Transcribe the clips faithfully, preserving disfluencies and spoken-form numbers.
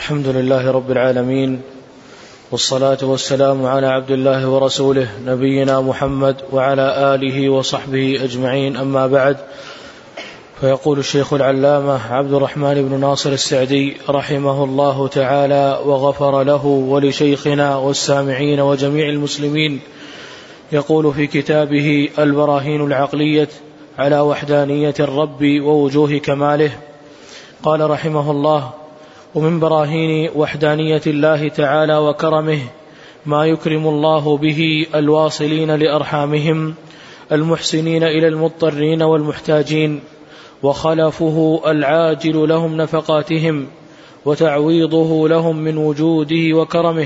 الحمد لله رب العالمين، والصلاة والسلام على عبد الله ورسوله نبينا محمد وعلى آله وصحبه أجمعين، أما بعد. فيقول الشيخ العلامة عبد الرحمن بن ناصر السعدي رحمه الله تعالى وغفر له ولشيخنا والسامعين وجميع المسلمين، يقول في كتابه البراهين العقلية على وحدانية الرب ووجوه كماله، قال رحمه الله: ومن براهين وحدانية الله تعالى وكرمه ما يكرم الله به الواصلين لأرحامهم المحسنين إلى المضطرين والمحتاجين، وخلفه العاجل لهم نفقاتهم، وتعويضه لهم من وجوده وكرمه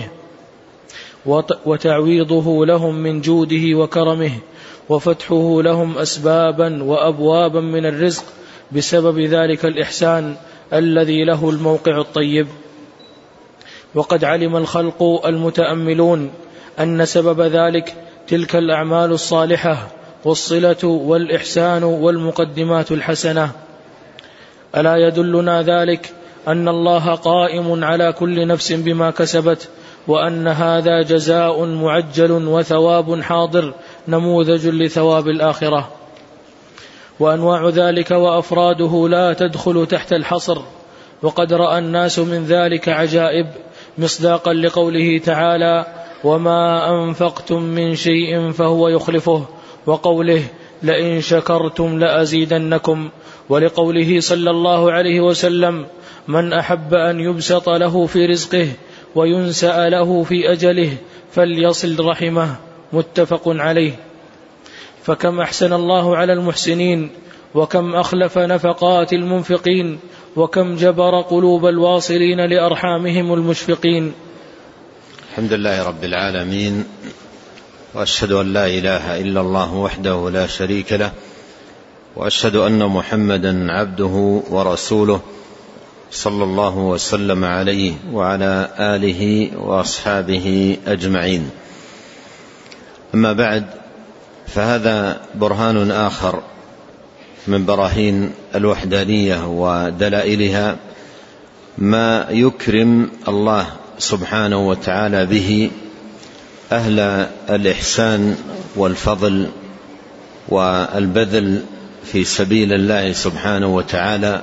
وتعويضه لهم من جوده وكرمه وفتحه لهم أسبابا وأبوابا من الرزق بسبب ذلك الإحسان الذي له الموقع الطيب. وقد علم الخلق المتأملون أن سبب ذلك تلك الأعمال الصالحة والصلة والإحسان والمقدمات الحسنة. ألا يدلنا ذلك أن الله قائم على كل نفس بما كسبت، وأن هذا جزاء معجل وثواب حاضر نموذج لثواب الآخرة. وأنواع ذلك وأفراده لا تدخل تحت الحصر، وقد رأى الناس من ذلك عجائب، مصداقا لقوله تعالى: وما أنفقتم من شيء فهو يخلفه، وقوله: لئن شكرتم لأزيدنكم، ولقوله صلى الله عليه وسلم: من أحب أن يبسط له في رزقه وينسأ له في أجله فليصل رحمه، متفق عليه. فكم أحسن الله على المحسنين، وكم أخلف نفقات المنفقين، وكم جبر قلوب الواصلين لأرحامهم المشفقين. الحمد لله رب العالمين، وأشهد أن لا إله إلا الله وحده لا شريك له، وأشهد أن محمدا عبده ورسوله صلى الله وسلم عليه وعلى آله وأصحابه أجمعين. أما بعد، فهذا برهان آخر من براهين الوحدانية ودلائلها، ما يكرم الله سبحانه وتعالى به أهل الإحسان والفضل والبذل في سبيل الله سبحانه وتعالى،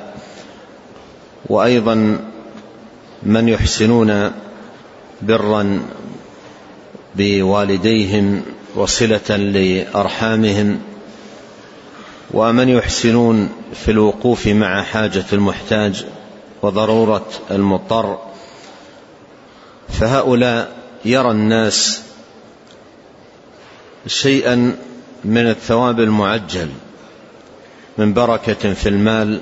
وأيضا من يحسنون برا بوالديهم وصلة لأرحامهم، ومن يحسنون في الوقوف مع حاجة المحتاج وضرورة المضطر. فهؤلاء يرى الناس شيئا من الثواب المعجل من بركة في المال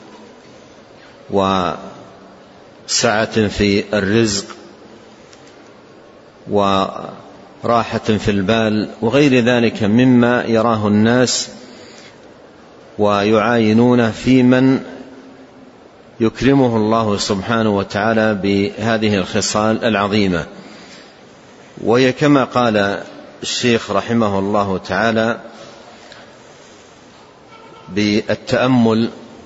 وسعة في الرزق وراحة في البال وغير ذلك مما يراه الناس ويعاينون في من يكرمه الله سبحانه وتعالى بهذه الخصال العظيمة. وهي كما قال الشيخ رحمه الله تعالى: بالتأمل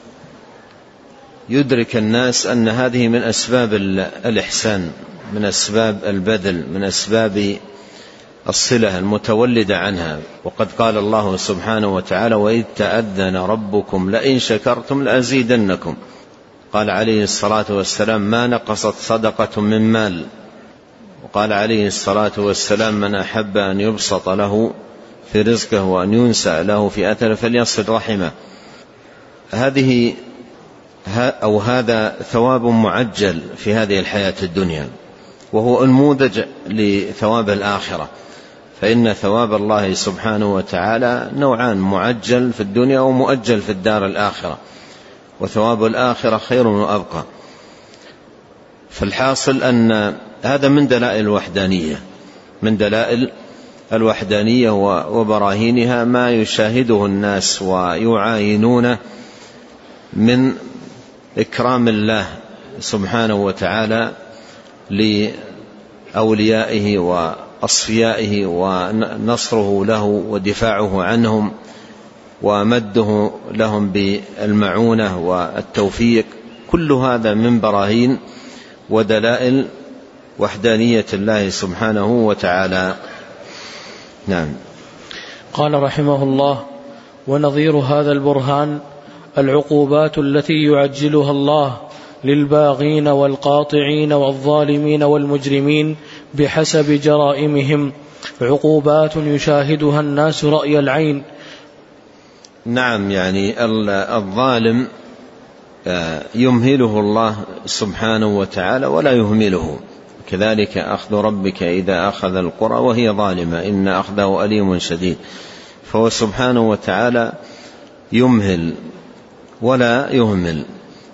يدرك الناس أن هذه من أسباب الإحسان، من أسباب البذل، من أسباب الصلة المتولدة عنها. وقد قال الله سبحانه وتعالى: وإذ تأذن ربكم لئن شكرتم لأزيدنكم. قال عليه الصلاة والسلام: ما نقصت صدقة من مال. وقال عليه الصلاة والسلام: من أحب أن يبسط له في رزقه وأن ينسأ له في أثره فليصل رحمه. هذه أو هذا ثواب معجل في هذه الحياة الدنيا، وهو نموذج لثواب الآخرة. فإن ثواب الله سبحانه وتعالى نوعان: معجل في الدنيا ومؤجل في الدار الآخرة، وثواب الآخرة خير وأبقى. فالحاصل أن هذا من دلائل الوحدانية، من دلائل الوحدانية وبراهينها ما يشاهده الناس ويعاينونه من إكرام الله سبحانه وتعالى لأوليائه وأصفيائه، ونصره له ودفاعه عنهم ومده لهم بالمعونة والتوفيق. كل هذا من براهين ودلائل وحدانية الله سبحانه وتعالى. نعم. قال رحمه الله: ونظير هذا البرهان العقوبات التي يعجلها الله للباغين والقاطعين والظالمين والمجرمين بحسب جرائمهم، عقوبات يشاهدها الناس رأي العين. نعم، يعني الظالم يمهله الله سبحانه وتعالى ولا يهمله، كذلك أخذ ربك إذا أخذ القرى وهي ظالمة إن أخذه أليم شديد. فهو سبحانه وتعالى يمهل ولا يهمل،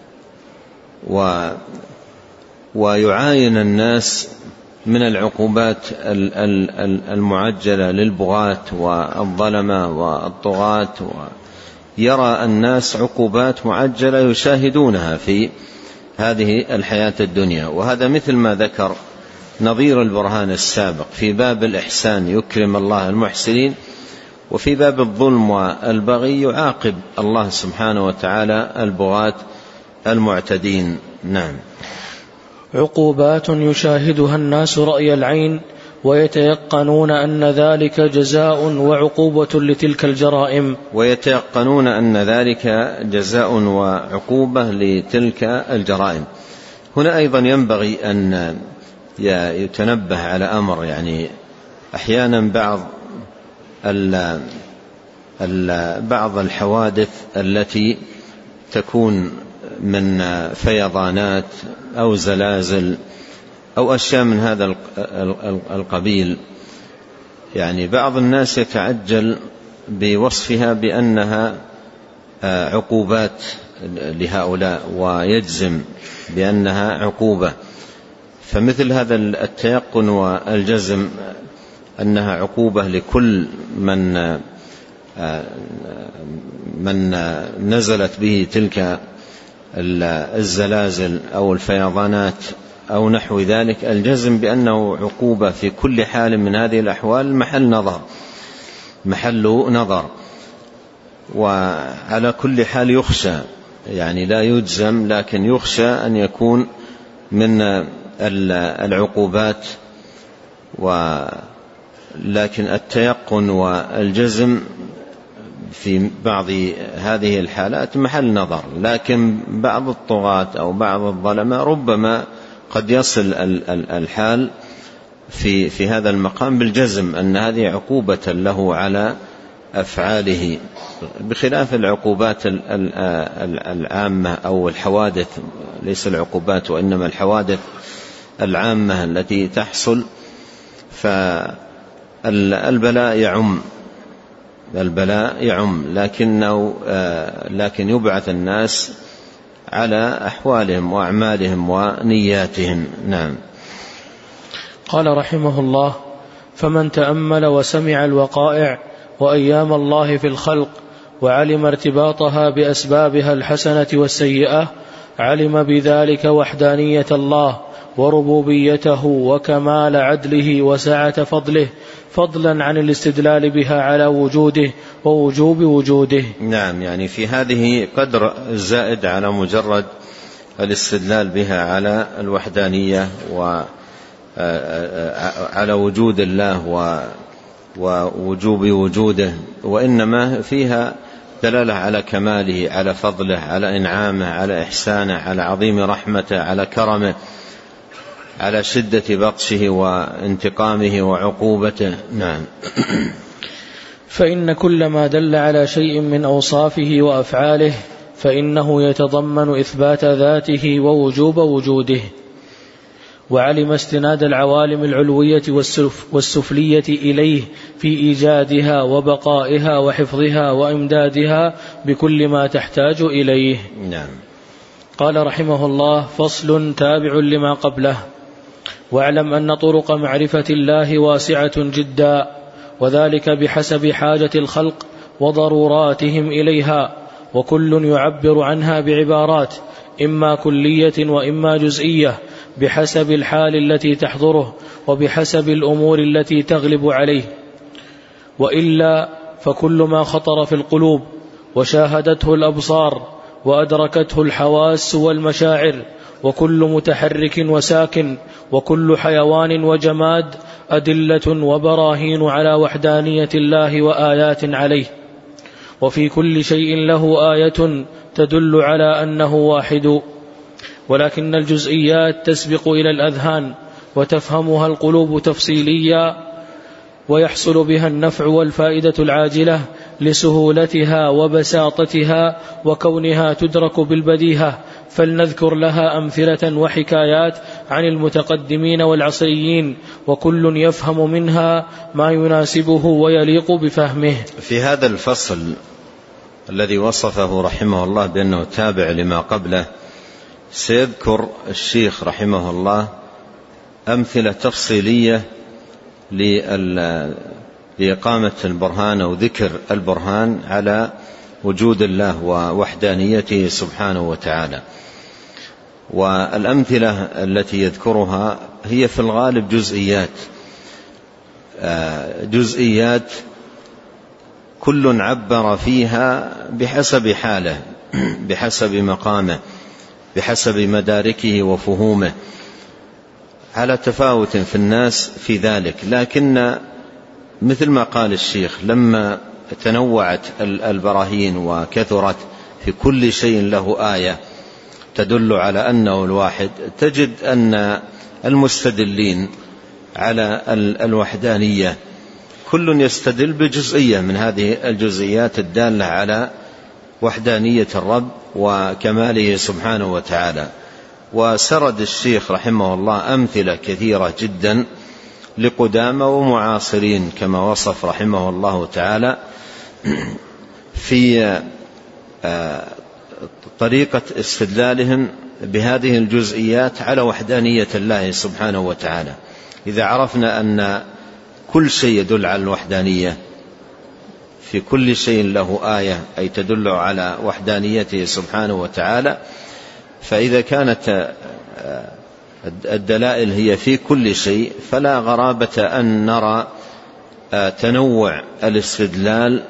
و ويعاين الناس من العقوبات المعجلة للبغاة والظلمة والطغاة، ويرى الناس عقوبات معجلة يشاهدونها في هذه الحياة الدنيا. وهذا مثل ما ذكر نظير البرهان السابق في باب الإحسان يكرم الله المحسنين، وفي باب الظلم والبغي يعاقب الله سبحانه وتعالى البغاة المعتدين. نعم. عقوبات يشاهدها الناس رأي العين ويتيقنون أن ذلك جزاء وعقوبة لتلك الجرائم ويتيقنون أن ذلك جزاء وعقوبة لتلك الجرائم. هنا أيضا ينبغي أن يتنبه على أمر، يعني أحيانا بعض بعض الحوادث التي تكون من فيضانات أو زلازل أو أشياء من هذا القبيل، يعني بعض الناس يتعجل بوصفها بأنها عقوبات لهؤلاء ويجزم بأنها عقوبة. فمثل هذا التيقن والجزم أنها عقوبة لكل من من نزلت به تلك الزلازل أو الفيضانات أو نحو ذلك، الجزم بأنه عقوبة في كل حال من هذه الأحوال محل نظر محل نظر وعلى كل حال يخشى، يعني لا يجزم لكن يخشى أن يكون من العقوبات. ولكن التيقن والجزم في بعض هذه الحالات محل نظر، لكن بعض الطغاة أو بعض الظلمة ربما قد يصل الحال في في هذا المقام بالجزم أن هذه عقوبة له على أفعاله، بخلاف العقوبات العامة أو الحوادث، ليس العقوبات وإنما الحوادث العامة التي تحصل. فالبلاء يعم البلاء يعم لكنه لكن يبعث الناس على أحوالهم وأعمالهم ونياتهم. نعم. قال رحمه الله: فمن تأمل وسمع الوقائع وأيام الله في الخلق وعلم ارتباطها بأسبابها الحسنة والسيئة، علم بذلك وحدانية الله وربوبيته وكمال عدله وسعة فضله، فضلا عن الاستدلال بها على وجوده ووجوب وجوده. نعم، يعني في هذه قدر زائد على مجرد الاستدلال بها على الوحدانية وعلى وجود الله ووجوب وجوده، وإنما فيها دلالة على كماله، على فضله، على إنعامه، على إحسانه، على عظيم رحمته، على كرمه، على شدة بطشه وانتقامه وعقوبته. نعم. فإن كل ما دل على شيء من أوصافه وأفعاله فإنه يتضمن إثبات ذاته ووجوب وجوده. وعلم استناد العوالم العلوية والسفلية إليه في إيجادها وبقائها وحفظها وإمدادها بكل ما تحتاج إليه. نعم. قال رحمه الله: فصل تابع لما قبله. واعلم أن طرق معرفة الله واسعة جدا، وذلك بحسب حاجة الخلق وضروراتهم إليها، وكل يعبر عنها بعبارات إما كلية وإما جزئية بحسب الحال التي تحضره وبحسب الأمور التي تغلب عليه، وإلا فكل ما خطر في القلوب وشاهدته الأبصار وأدركته الحواس والمشاعر وكل متحرك وساكن وكل حيوان وجماد أدلة وبراهين على وحدانية الله وآيات عليه، وفي كل شيء له آية تدل على أنه واحد، ولكن الجزئيات تسبق إلى الأذهان وتفهمها القلوب تفصيليا، ويحصل بها النفع والفائدة العاجلة لسهولتها وبساطتها وكونها تدرك بالبديهة. فلنذكر لها أمثلة وحكايات عن المتقدمين والعصريين، وكل يفهم منها ما يناسبه ويليق بفهمه. في هذا الفصل الذي وصفه رحمه الله بأنه تابع لما قبله، سيذكر الشيخ رحمه الله أمثلة تفصيلية لإقامة البرهان أو ذكر البرهان على وجود الله ووحدانيته سبحانه وتعالى. والأمثلة التي يذكرها هي في الغالب جزئيات جزئيات كل عبر فيها بحسب حاله، بحسب مقامه، بحسب مداركه وفهومه، على تفاوت في الناس في ذلك. لكن مثل ما قال الشيخ، لما تنوعت البراهين وكثرت في كل شيء له آية تدل على أنه الواحد، تجد أن المستدلين على الوحدانية كل يستدل بجزئية من هذه الجزئيات الدالة على وحدانية الرب وكماله سبحانه وتعالى. وسرد الشيخ رحمه الله أمثلة كثيرة جدا لقدامى ومعاصرين كما وصف رحمه الله تعالى في طريقة استدلالهم بهذه الجزئيات على وحدانية الله سبحانه وتعالى. إذا عرفنا أن كل شيء يدل على الوحدانية، في كل شيء له آية أي تدل على وحدانيته سبحانه وتعالى، فإذا كانت الدلائل هي في كل شيء فلا غرابة أن نرى تنوع الاستدلال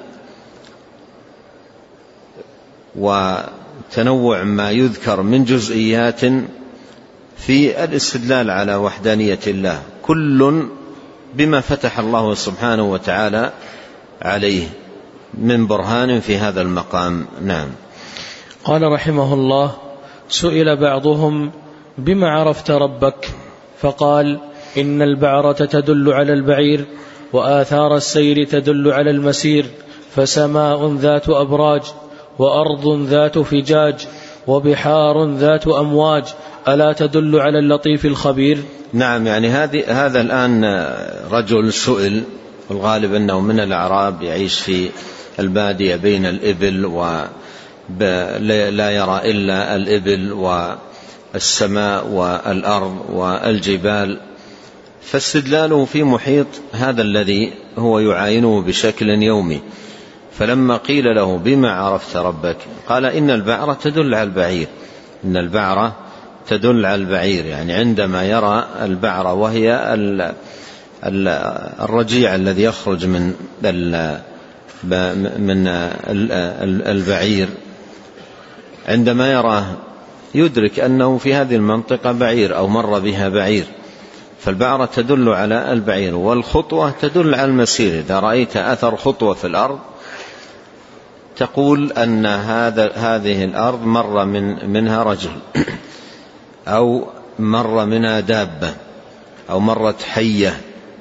وتنوع ما يذكر من جزئيات في الاستدلال على وحدانية الله، كل بما فتح الله سبحانه وتعالى عليه من برهان في هذا المقام. نعم. قال رحمه الله: سئل بعضهم: بما عرفت ربك؟ فقال: إن البعرة تدل على البعير، وآثار السير تدل على المسير، فسماء ذات أبراج، وأرض ذات فجاج، وبحار ذات أمواج، ألا تدل على اللطيف الخبير؟ نعم. يعني هذه هذا الآن رجل سئل، والغالب أنه من الأعراب يعيش في البادية بين الإبل ولا يرى إلا الإبل والسماء والأرض والجبال، فاستدلاله في محيط هذا الذي هو يعاينه بشكل يومي. فلما قيل له: بما عرفت ربك؟ قال: إن البعرة تدل على البعير. إن البعرة تدل على البعير، يعني عندما يرى البعرة وهي الرجيع الذي يخرج من من البعير، عندما يراه يدرك أنه في هذه المنطقة بعير أو مر بها بعير، فالبعرة تدل على البعير. والخطوة تدل على المسير، إذا رأيت أثر خطوة في الأرض تقول أن هذا هذه الأرض مر من منها رجل أو مر منها دابة أو مرت حية،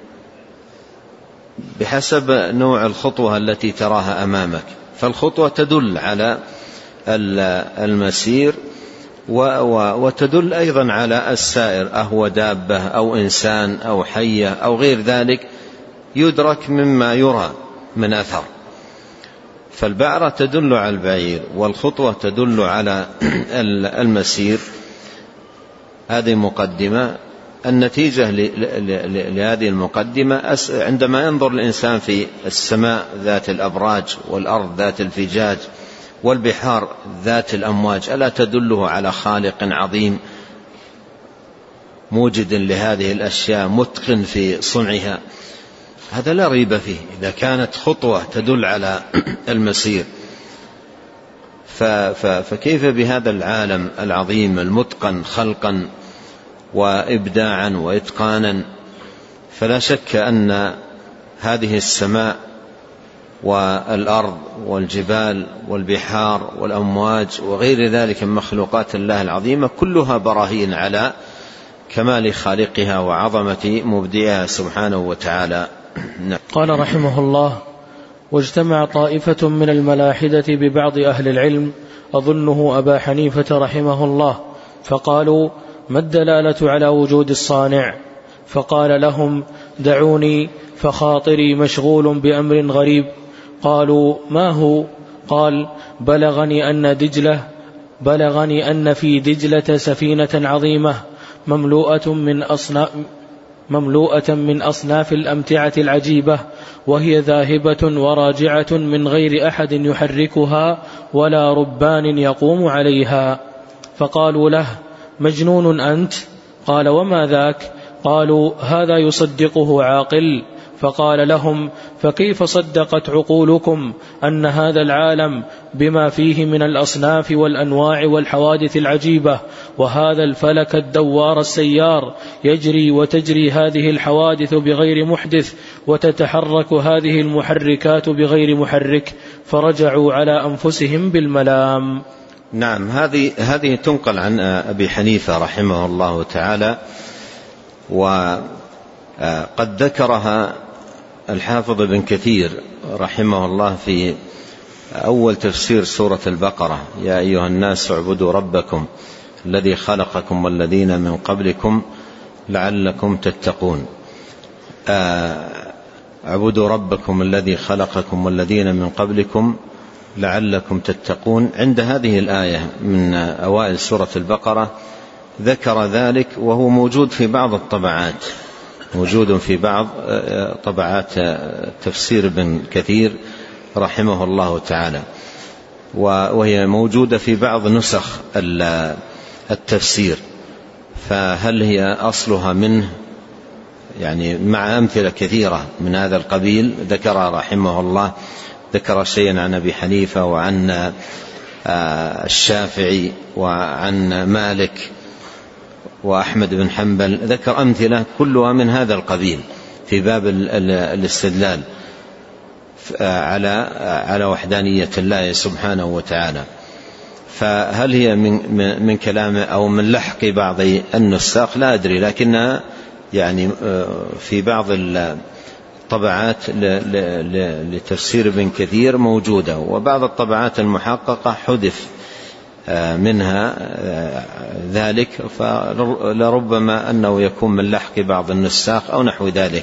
بحسب نوع الخطوة التي تراها أمامك. فالخطوة تدل على المسير وتدل أيضا على السائر، أهو دابة أو إنسان أو حية أو غير ذلك، يدرك مما يرى من أثر. فالبعرة تدل على البعير، والخطوة تدل على المسير. هذه مقدمة. النتيجة لهذه المقدمة، عندما ينظر الإنسان في السماء ذات الأبراج والأرض ذات الفجاج والبحار ذات الأمواج، ألا تدله على خالق عظيم موجد لهذه الأشياء متقن في صنعها؟ هذا لا ريب فيه. إذا كانت خطوة تدل على المسير، فكيف بهذا العالم العظيم المتقن خلقا وإبداعا وإتقانا؟ فلا شك أن هذه السماء والأرض والجبال والبحار والأمواج وغير ذلك من مخلوقات الله العظيمة كلها براهين على كمال خالقها وعظمة مبدئها سبحانه وتعالى. قال رحمه الله: واجتمع طائفة من الملاحدة ببعض أهل العلم أظنه أبا حنيفة رحمه الله، فقالوا: ما الدلالة على وجود الصانع؟ فقال لهم: دعوني فخاطري مشغول بأمر غريب. قالوا: ما هو؟ قال: بلغني أن دجلة بلغني أن في دجلة سفينة عظيمة مملوءة من أصناف مملوءة من أصناف الأمتعة العجيبة، وهي ذاهبة وراجعة من غير أحد يحركها ولا ربان يقوم عليها. فقالوا له: مجنون أنت؟ قال: وما ذاك؟ قالوا: هذا يصدقه عاقل. فقال لهم: فكيف صدقت عقولكم أن هذا العالم بما فيه من الأصناف والأنواع والحوادث العجيبة وهذا الفلك الدوار السيار يجري وتجري هذه الحوادث بغير محدث وتتحرك هذه المحركات بغير محرك؟ فرجعوا على أنفسهم بالملام. نعم، هذه هذه تنقل عن أبي حنيفة رحمه الله تعالى، وقد ذكرها الحافظ ابن كثير رحمه الله في أول تفسير سورة البقرة: يا أيها الناس اعبدوا ربكم الذي خلقكم والذين من قبلكم لعلكم تتقون. اعبدوا ربكم الذي خلقكم والذين من قبلكم لعلكم تتقون. عند هذه الآية من أوائل سورة البقرة ذكر ذلك، وهو موجود في بعض الطبعات موجود في بعض طبعات تفسير ابن كثير رحمه الله تعالى، وهي موجودة في بعض نسخ التفسير. فهل هي أصلها منه؟ يعني مع أمثلة كثيرة من هذا القبيل ذكر رحمه الله، ذكر شيئا عن أبي حنيفة وعن الشافعي وعن مالك وأحمد بن حنبل، ذكر أمثلة كلها من هذا القبيل في باب الاستدلال على على وحدانية الله سبحانه وتعالى. فهل هي من من كلام أو من لحق بعض النساخ لا أدري، لكنها يعني في بعض الطبعات لتفسير ابن كثير موجودة، وبعض الطبعات المحققة حذف منها ذلك، فلربما أنه يكون من لحق بعض النساخ أو نحو ذلك.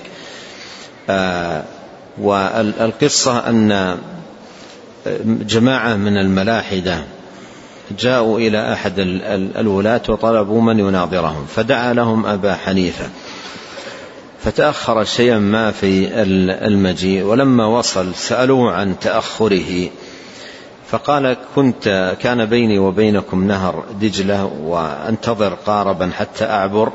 والقصة أن جماعة من الملاحدة جاءوا إلى أحد الولاة وطلبوا من يناظرهم، فدعا لهم أبا حنيفة، فتأخر شيئا ما في المجيء، ولما وصل سألوه عن تأخره، فقال: كنت كان بيني وبينكم نهر دجلة وانتظر قاربا حتى أعبر،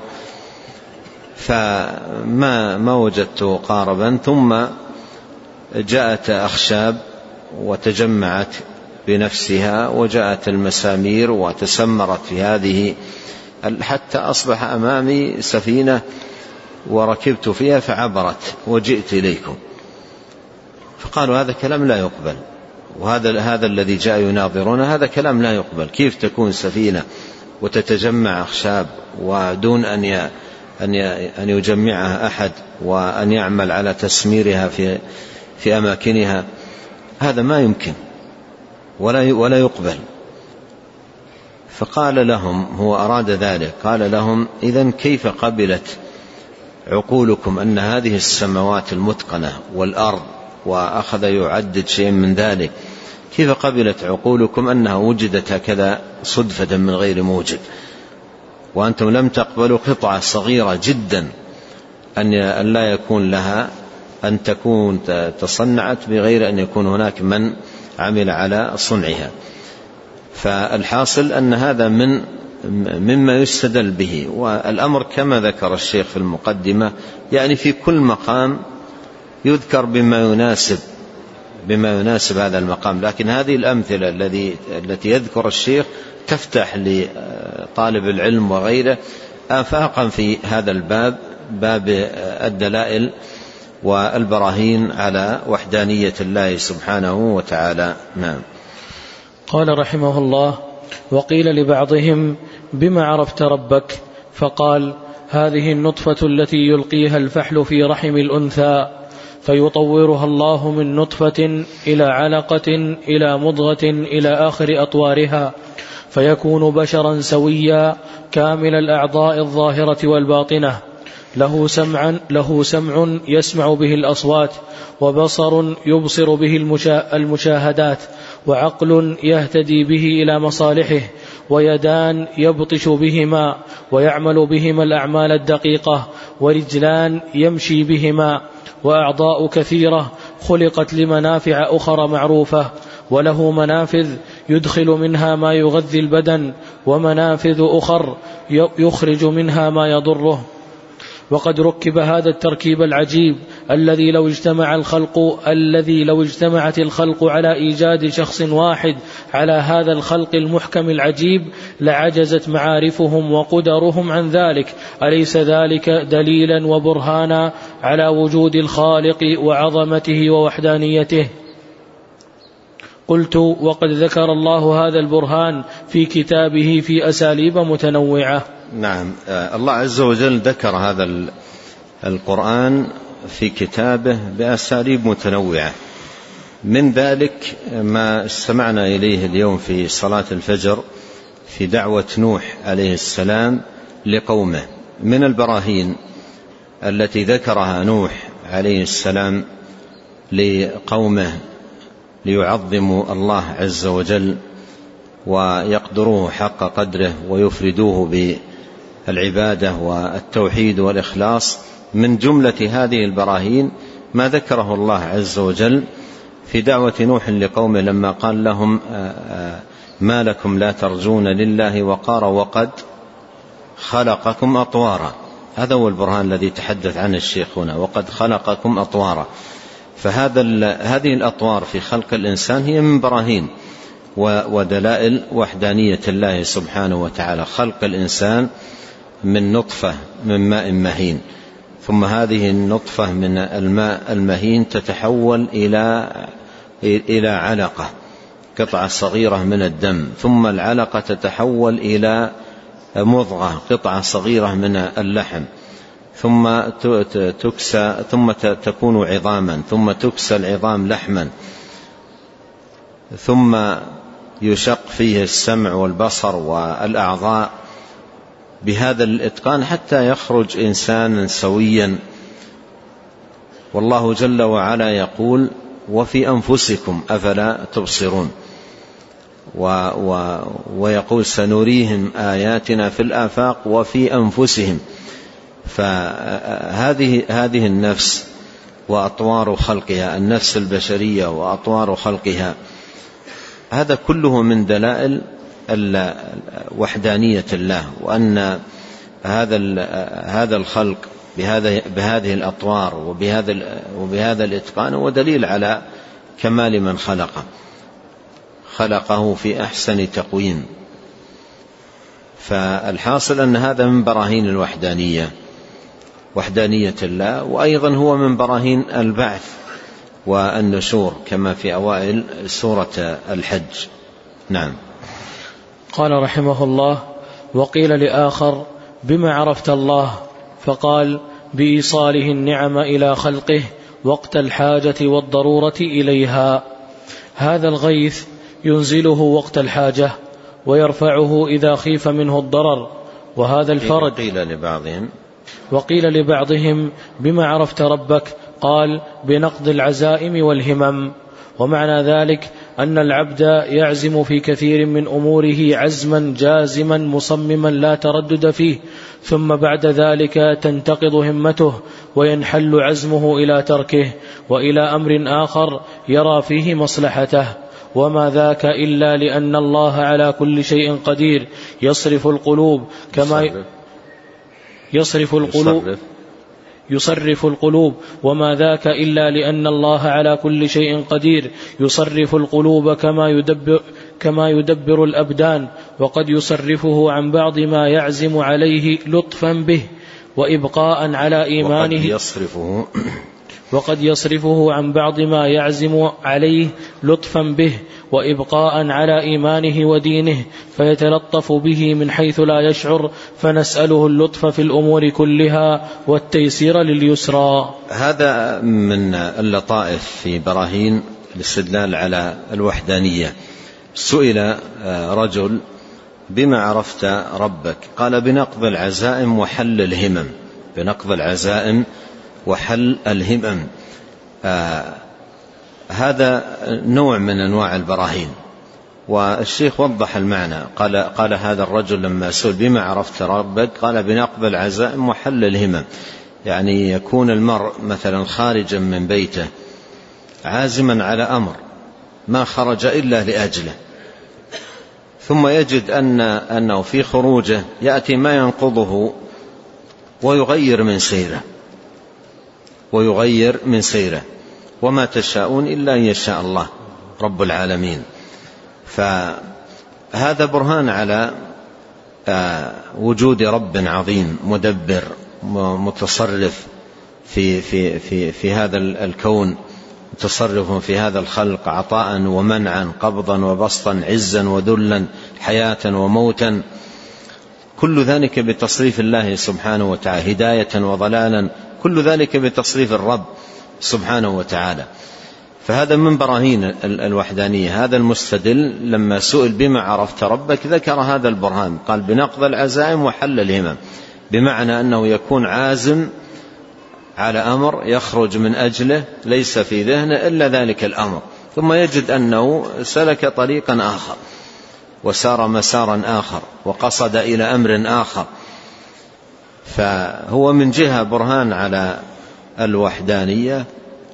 فما ما وجدت قاربا، ثم جاءت أخشاب وتجمعت بنفسها، وجاءت المسامير وتسمرت في هذه حتى أصبح أمامي سفينة وركبت فيها فعبرت وجئت إليكم. فقالوا: هذا كلام لا يقبل، وهذا هذا الذي جاء يناظرون هذا كلام لا يقبل، كيف تكون سفينة وتتجمع أخشاب ودون أن أن يجمعها أحد وأن يعمل على تسميرها في في أماكنها؟ هذا ما يمكن ولا ولا يقبل. فقال لهم، هو أراد ذلك، قال لهم: إذن كيف قبلت عقولكم أن هذه السماوات المتقنة والأرض، وأخذ يعدد شيء من ذلك، كيف قبلت عقولكم أنها وجدت هكذا صدفة من غير موجد، وأنتم لم تقبلوا قطعة صغيرة جدا أن لا يكون لها أن تكون تصنعت بغير أن يكون هناك من عمل على صنعها. فالحاصل أن هذا من مما يستدل به، والأمر كما ذكر الشيخ في المقدمة، يعني في كل مقام يذكر بما يناسب بما يناسب هذا المقام. لكن هذه الأمثلة الذي التي يذكر الشيخ تفتح لطالب العلم وغيره آفاقا في هذا الباب، باب الدلائل والبراهين على وحدانية الله سبحانه وتعالى. نعم. قال رحمه الله: وقيل لبعضهم: بما عرفت ربك؟ فقال: هذه النطفة التي يلقيها الفحل في رحم الأنثى فيطورها الله من نطفة إلى علقة إلى مضغة إلى آخر أطوارها، فيكون بشرا سويا كامل الأعضاء الظاهرة والباطنة، له سمع, له سمع يسمع به الأصوات، وبصر يبصر به المشاهدات، وعقل يهتدي به إلى مصالحه، ويدان يبطش بهما ويعمل بهما الأعمال الدقيقة، ورجلان يمشي بهما، وأعضاء كثيرة خلقت لمنافع أخرى معروفة، وله منافذ يدخل منها ما يغذي البدن، ومنافذ أخر يخرج منها ما يضره. وقد ركب هذا التركيب العجيب الذي لو اجتمع الخلق الذي لو اجتمعت الخلق على إيجاد شخص واحد على هذا الخلق المحكم العجيب لعجزت معارفهم وقدرهم عن ذلك. أليس ذلك دليلا وبرهانا على وجود الخالق وعظمته ووحدانيته؟ قلت: وقد ذكر الله هذا البرهان في كتابه في أساليب متنوعة. نعم، الله عز وجل ذكر هذا القرآن في كتابه بأساليب متنوعة، من ذلك ما استمعنا إليه اليوم في صلاة الفجر في دعوة نوح عليه السلام لقومه، من البراهين التي ذكرها نوح عليه السلام لقومه ليعظموا الله عز وجل ويقدروه حق قدره ويفردوه بالعبادة والتوحيد والإخلاص. من جملة هذه البراهين ما ذكره الله عز وجل في دعوة نوح لقومه لما قال لهم: ما لكم لا ترجون لله وقارا وقد خلقكم أطوارا. هذا هو البرهان الذي تحدث عنه الشيخ هنا، وقد خلقكم أطوارا. فهذا هذه الأطوار في خلق الإنسان هي من براهين ودلائل وحدانية الله سبحانه وتعالى. خلق الإنسان من نطفة من ماء مهين، ثم هذه النطفة من الماء المهين تتحول إلى إلى علقة، قطعة صغيرة من الدم، ثم العلقة تتحول إلى مضغة، قطعة صغيرة من اللحم، ثم تكسى ثم تكون عظاما، ثم تكسى العظام لحما، ثم يشق فيه السمع والبصر والأعضاء بهذا الإتقان حتى يخرج إنسانا سويا. والله جل وعلا يقول: وفي أنفسكم أفلا تبصرون، و و ويقول: سنريهم آياتنا في الآفاق وفي أنفسهم. فهذه هذه النفس وأطوار خلقها، النفس البشرية وأطوار خلقها، هذا كله من دلائل وحدانية الله، وأن هذا هذا الخلق بهذا بهذه الأطوار وبهذا وبهذا الإتقان هو دليل على كمال من خلقه خلقه في أحسن تقويم. فالحاصل أن هذا من براهين الوحدانية، وحدانية الله، وأيضا هو من براهين البعث والنشور كما في أوائل سورة الحج. نعم. قال رحمه الله: وقيل لآخر: بما عرفت الله؟ فقال: بإيصاله النعم إلى خلقه وقت الحاجة والضرورة إليها. هذا الغيث ينزله وقت الحاجة ويرفعه إذا خيف منه الضرر، وهذا الفرج. وقيل لبعضهم وقيل لبعضهم: بما عرفت ربك؟ قال: بنقض العزائم والهمم. ومعنى ذلك أن العبد يعزم في كثير من أموره عزما جازما مصمما لا تردد فيه، ثم بعد ذلك تنتقض همته وينحل عزمه إلى تركه وإلى أمر آخر يرى فيه مصلحته، وما ذاك إلا لأن الله على كل شيء قدير يصرف القلوب كما يصرف القلوب يصرف القلوب، وما ذاك إلا لأن الله على كل شيء قدير يصرف القلوب كما يدبر, كما يدبر الأبدان، وقد يصرفه عن بعض ما يعزم عليه لطفا به وإبقاء على إيمانه، وقد يصرفه وقد يصرفه عن بعض ما يعزم عليه لطفا به وإبقاء على إيمانه ودينه، فيتلطف به من حيث لا يشعر، فنسأله اللطف في الأمور كلها والتيسير لليسرى. هذا من اللطائف في براهين الاستدلال على الوحدانية. سئل رجل: بما عرفت ربك؟ قال: بنقض العزائم وحل الهمم. بنقض العزائم وحل الهمم. آه هذا نوع من أنواع البراهين، والشيخ وضح المعنى. قال, قال هذا الرجل لما سئل: بما عرفت ربك؟ قال: بنقض العزائم وحل الهمم. يعني يكون المرء مثلا خارجا من بيته عازما على أمر ما خرج إلا لأجله، ثم يجد أن أنه في خروجه يأتي ما ينقضه ويغير من سيره ويغير من سيره وما تشاءون إلا أن يشاء الله رب العالمين. فهذا برهان على وجود رب عظيم مدبر متصرف في, في, في, في هذا الكون، متصرف في هذا الخلق، عطاء ومنعا، قبضا وبسطا، عزا وذلا، حياة وموتا، كل ذلك بتصريف الله سبحانه وتعالى، هداية وضلالا، كل ذلك بتصريف الرب سبحانه وتعالى. فهذا من براهين الوحدانية. هذا المستدل لما سئل: بما عرفت ربك؟ ذكر هذا البرهان، قال: بنقض العزائم وحل الهمم، بمعنى أنه يكون عازم على أمر يخرج من أجله، ليس في ذهنه إلا ذلك الأمر، ثم يجد أنه سلك طريقا آخر وسار مسارا آخر وقصد إلى أمر آخر. فهو من جهة برهان على الوحدانية،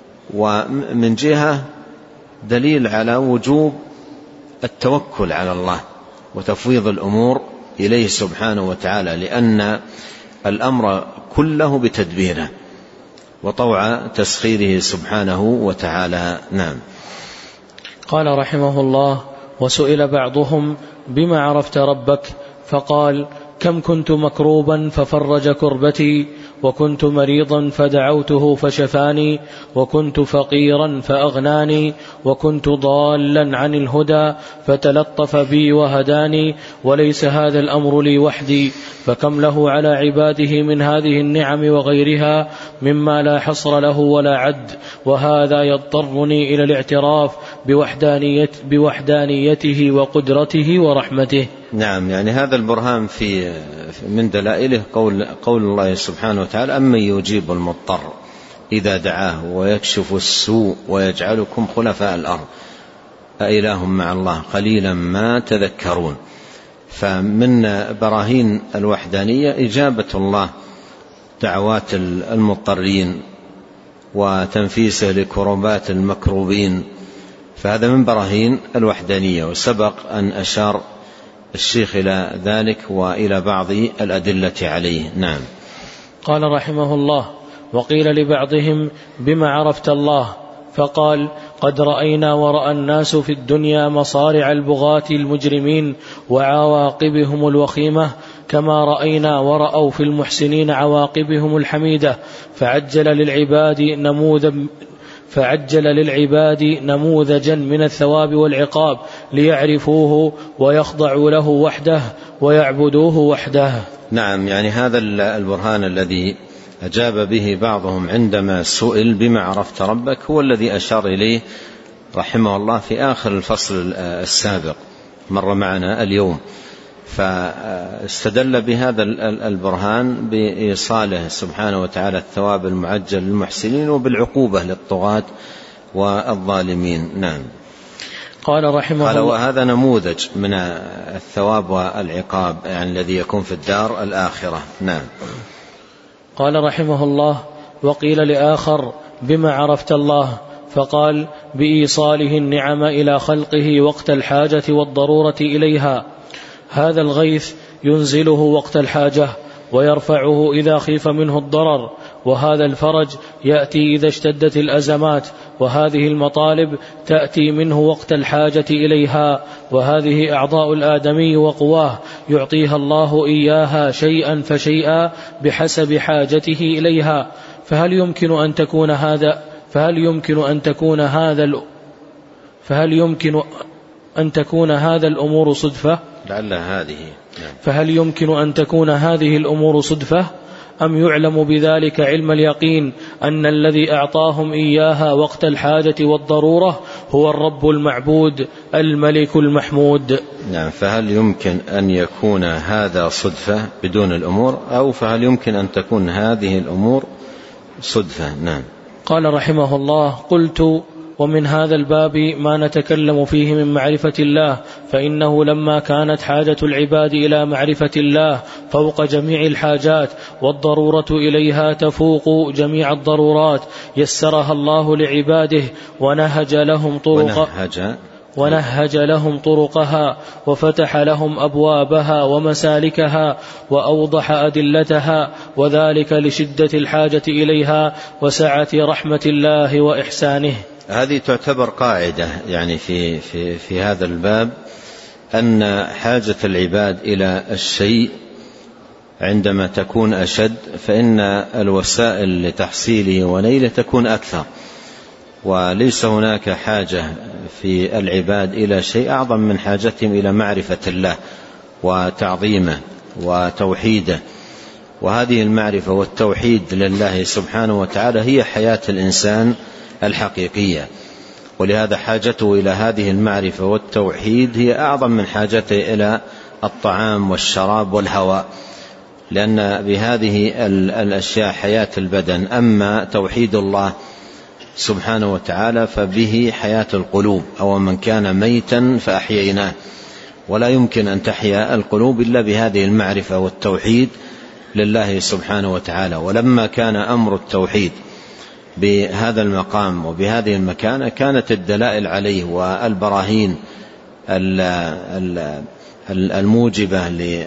ومن جهة دليل على وجوب التوكل على الله وتفويض الأمور إليه سبحانه وتعالى، لأن الأمر كله بتدبيره وطوع تسخيره سبحانه وتعالى. نعم. قال رحمه الله: وسئل بعضهم: بما عرفت ربك؟ فقال: كم كنت مكروبا ففرج كربتي، وكنت مريضا فدعوته فشفاني، وكنت فقيرا فأغناني، وكنت ضالا عن الهدى فتلطف بي وهداني، وليس هذا الأمر لي وحدي، فكم له على عباده من هذه النعم وغيرها مما لا حصر له ولا عد، وهذا يضطرني إلى الاعتراف بوحدانيت بوحدانيته وقدرته ورحمته. نعم، يعني هذا البرهان في من دلائله قول, قول الله سبحانه وتعالى: أمن يجيب المضطر إذا دعاه ويكشف السوء ويجعلكم خلفاء الأرض أإله مع الله قليلا ما تذكرون. فمن براهين الوحدانية إجابة الله دعوات المضطرين وتنفيسه لكربات المكروبين، فهذا من براهين الوحدانية، وسبق أن أشار الشيخ إلى ذلك وإلى بعض الأدلة عليه. نعم. قال رحمه الله: وقيل لبعضهم: بما عرفت الله؟ فقال: قد رأينا ورأى الناس في الدنيا مصارع البغاة المجرمين وعواقبهم الوخيمة، كما رأينا ورأوا في المحسنين عواقبهم الحميدة، فعجل للعباد نموذج فعجل للعباد نموذجا من الثواب والعقاب ليعرفوه ويخضعوا له وحده ويعبدوه وحده. نعم، يعني هذا البرهان الذي أجاب به بعضهم عندما سئل: بما عرفت ربك؟ هو الذي أشار إليه رحمه الله في آخر الفصل السابق مر معنا اليوم، فاستدل بهذا البرهان بإيصاله سبحانه وتعالى الثواب المعجل للمحسنين وبالعقوبة للطغاة والظالمين. نعم. قال رحمه قال: الله: وهذا نموذج من الثواب والعقاب، يعني الذي يكون في الدار الآخرة. نعم. قال رحمه الله: وقيل لآخر: بما عرفت الله؟ فقال: بإيصاله النعم إلى خلقه وقت الحاجة والضرورة إليها. هذا الغيث ينزله وقت الحاجة ويرفعه إذا خيف منه الضرر، وهذا الفرج يأتي إذا اشتدت الأزمات، وهذه المطالب تأتي منه وقت الحاجة إليها، وهذه أعضاء الآدمي وقواه يعطيها الله إياها شيئا فشيئا بحسب حاجته إليها. فهل يمكن أن تكون هذا فهل يمكن أن تكون هذا فهل يمكن أن تكون هذا الأمور صدفة؟ لعل هذه فهل يمكن أن تكون هذه الأمور صدفة، أم يعلم بذلك علم اليقين أن الذي أعطاهم إياها وقت الحاجة والضرورة هو الرب المعبود الملك المحمود؟ نعم. فهل يمكن أن يكون هذا صدفة بدون الأمور، أو فهل يمكن أن تكون هذه الأمور صدفة؟ نعم. قال رحمه الله: قلت: ومن هذا الباب ما نتكلم فيه من معرفة الله، فإنه لما كانت حاجة العباد إلى معرفة الله فوق جميع الحاجات، والضرورة إليها تفوق جميع الضرورات، يسرها الله لعباده ونهج لهم طرق ونهج ونهج لهم طرقها، وفتح لهم أبوابها ومسالكها، وأوضح أدلتها، وذلك لشدة الحاجة إليها وسعة رحمة الله وإحسانه. هذه تعتبر قاعدة يعني في, في, في هذا الباب، أن حاجة العباد إلى الشيء عندما تكون أشد فإن الوسائل لتحصيله ونيله تكون أكثر، وليس هناك حاجة في العباد إلى شيء أعظم من حاجتهم إلى معرفة الله وتعظيمه وتوحيده. وهذه المعرفة والتوحيد لله سبحانه وتعالى هي حياة الإنسان الحقيقية، ولهذا حاجته إلى هذه المعرفة والتوحيد هي أعظم من حاجته إلى الطعام والشراب والهواء، لأن بهذه الأشياء حياة البدن. أما توحيد الله سبحانه وتعالى فبه حياة القلوب، أو من كان ميتا فأحييناه، ولا يمكن أن تحيا القلوب إلا بهذه المعرفة والتوحيد لله سبحانه وتعالى. ولما كان أمر التوحيد بهذا المقام وبهذه المكانة كانت الدلائل عليه والبراهين الموجبة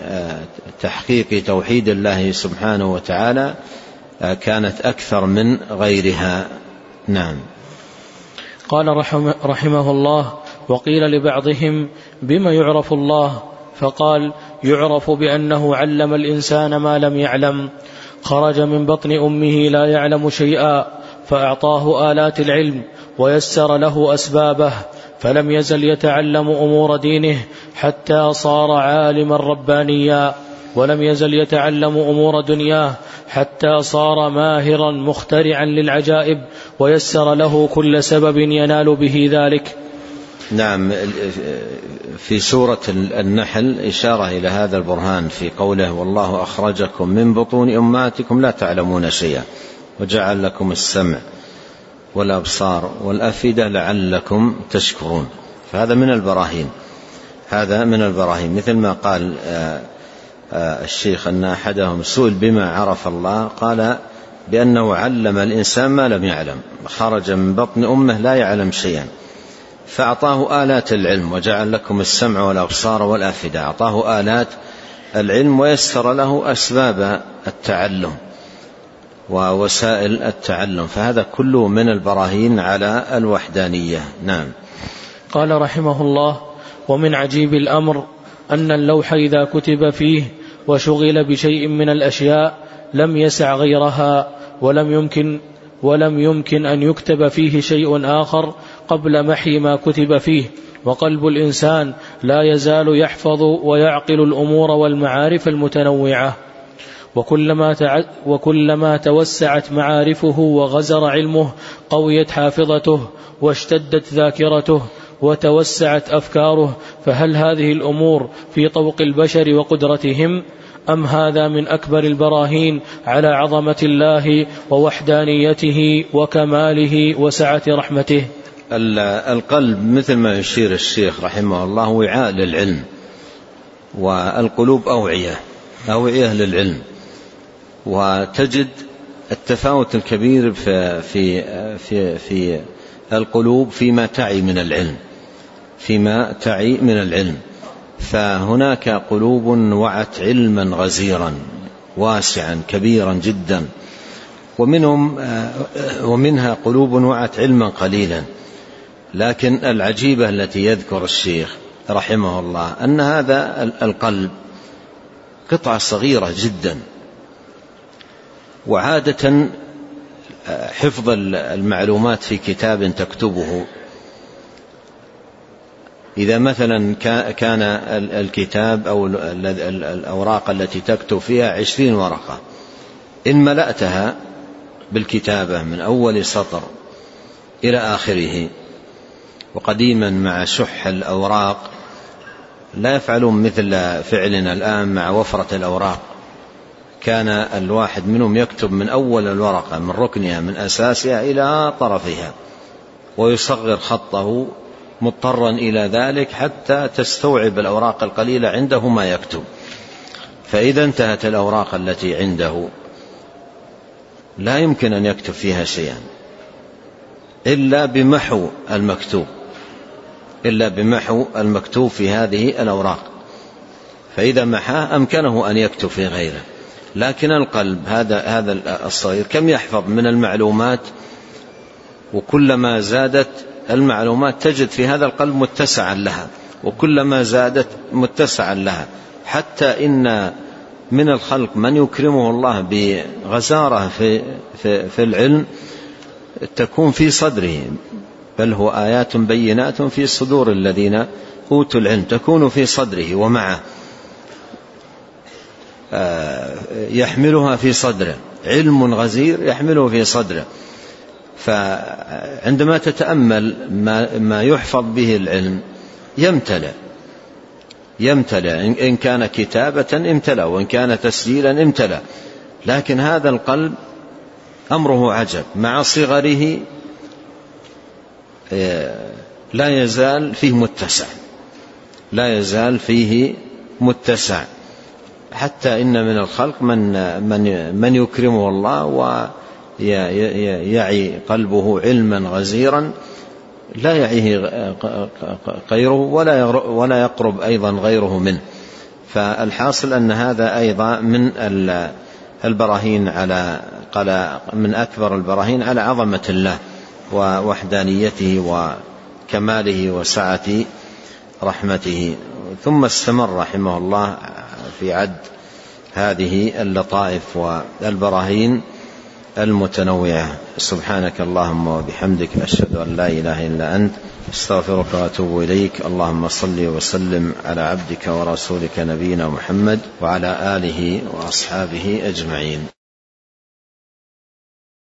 لتحقيق توحيد الله سبحانه وتعالى كانت أكثر من غيرها. نعم. قال رحمه الله: وقيل لبعضهم: بما يعرف الله؟ فقال: يعرف بأنه علم الإنسان ما لم يعلم، خرج من بطن أمه لا يعلم شيئا، فأعطاه آلات العلم ويسر له أسبابه، فلم يزل يتعلم أمور دينه حتى صار عالما ربانيا، ولم يزل يتعلم أمور دنياه حتى صار ماهرا مخترعا للعجائب، ويسر له كل سبب ينال به ذلك. نعم. في سورة النحل إشارة إلى هذا البرهان في قوله: والله أخرجكم من بطون أمهاتكم لا تعلمون شيئا وجعل لكم السمع والأبصار والأفئدة لعلكم تشكرون. فهذا من البراهين هذا من البراهين مثل ما قال الشيخ أن أحدهم سئل بما عرف الله، قال بأنه علم الإنسان ما لم يعلم، خرج من بطن أمه لا يعلم شيئا، فأعطاه آلات العلم وجعل لكم السمع والأبصار والأفئدة، أعطاه آلات العلم ويسر له أسباب التعلم ووسائل التعلم، فهذا كله من البراهين على الوحدانية. نعم. قال رحمه الله: ومن عجيب الأمر أن اللوح إذا كتب فيه وشغل بشيء من الأشياء لم يسع غيرها، ولم يمكن ولم يمكن أن يكتب فيه شيء آخر قبل محي ما كتب فيه، وقلب الإنسان لا يزال يحفظ ويعقل الأمور والمعارف المتنوعة، وكلما, تع... وكلما توسعت معارفه وغزر علمه قويت حافظته واشتدت ذاكرته وتوسعت أفكاره. فهل هذه الأمور في طوق البشر وقدرتهم، أم هذا من أكبر البراهين على عظمة الله ووحدانيته وكماله وسعة رحمته؟ القلب مثل ما يشير الشيخ رحمه الله وعاء للعلم، والقلوب أوعية أوعية للعلم، وتجد التفاوت الكبير في, في, في, في القلوب فيما تعي من العلم فيما تعي من العلم فهناك قلوب وعت علما غزيرا واسعا كبيرا جدا، ومنهم ومنها قلوب وعت علما قليلا. لكن العجيبة التي يذكر الشيخ رحمه الله أن هذا القلب قطعة صغيرة جدا، وعادة حفظ المعلومات في كتاب تكتبه، إذا مثلا كان الكتاب أو الأوراق التي تكتب فيها عشرين ورقة، إن ملأتها بالكتابة من أول سطر إلى آخره، وقديما مع شح الأوراق لا يفعلون مثل فعلنا الآن مع وفرة الأوراق، كان الواحد منهم يكتب من أول الورقة من ركنها من أساسها إلى طرفها، ويصغر خطه مضطرا إلى ذلك حتى تستوعب الأوراق القليلة عنده ما يكتب. فإذا انتهت الأوراق التي عنده لا يمكن أن يكتب فيها شيئا إلا بمحو المكتوب إلا بمحو المكتوب في هذه الأوراق، فإذا محاه أمكنه أن يكتب في غيره. لكن القلب هذا هذا الصغير كم يحفظ من المعلومات، وكلما زادت المعلومات تجد في هذا القلب متسعا لها، وكلما زادت متسعا لها، حتى إن من الخلق من يكرمه الله بغزارة في, في, في العلم تكون في صدره، بل هو آيات بينات في صدور الذين أوتوا العلم، تكون في صدره ومعه يحملها في صدره، علم غزير يحمله في صدره. فعندما تتأمل ما, ما يحفظ به العلم يمتلئ يمتلئ إن كان كتابة امتلأ، وإن كان تسجيلا امتلأ. لكن هذا القلب أمره عجب، مع صغره لا يزال فيه متسع لا يزال فيه متسع حتى إن من الخلق من, من, من يكرمه الله ويعي قلبه علما غزيرا لا يعيه غيره ولا يقرب أيضا غيره منه. فالحاصل أن هذا أيضا من البراهين على من أكبر البراهين على عظمة الله ووحدانيته وكماله وسعة رحمته. ثم استمر رحمه الله في عد هذه اللطائف والبراهين المتنوعة. سبحانك اللهم وبحمدك، أشهد أن لا إله إلا أنت، استغفرك وأتوب إليك. اللهم صل وسلم على عبدك ورسولك نبينا محمد وعلى آله وأصحابه أجمعين.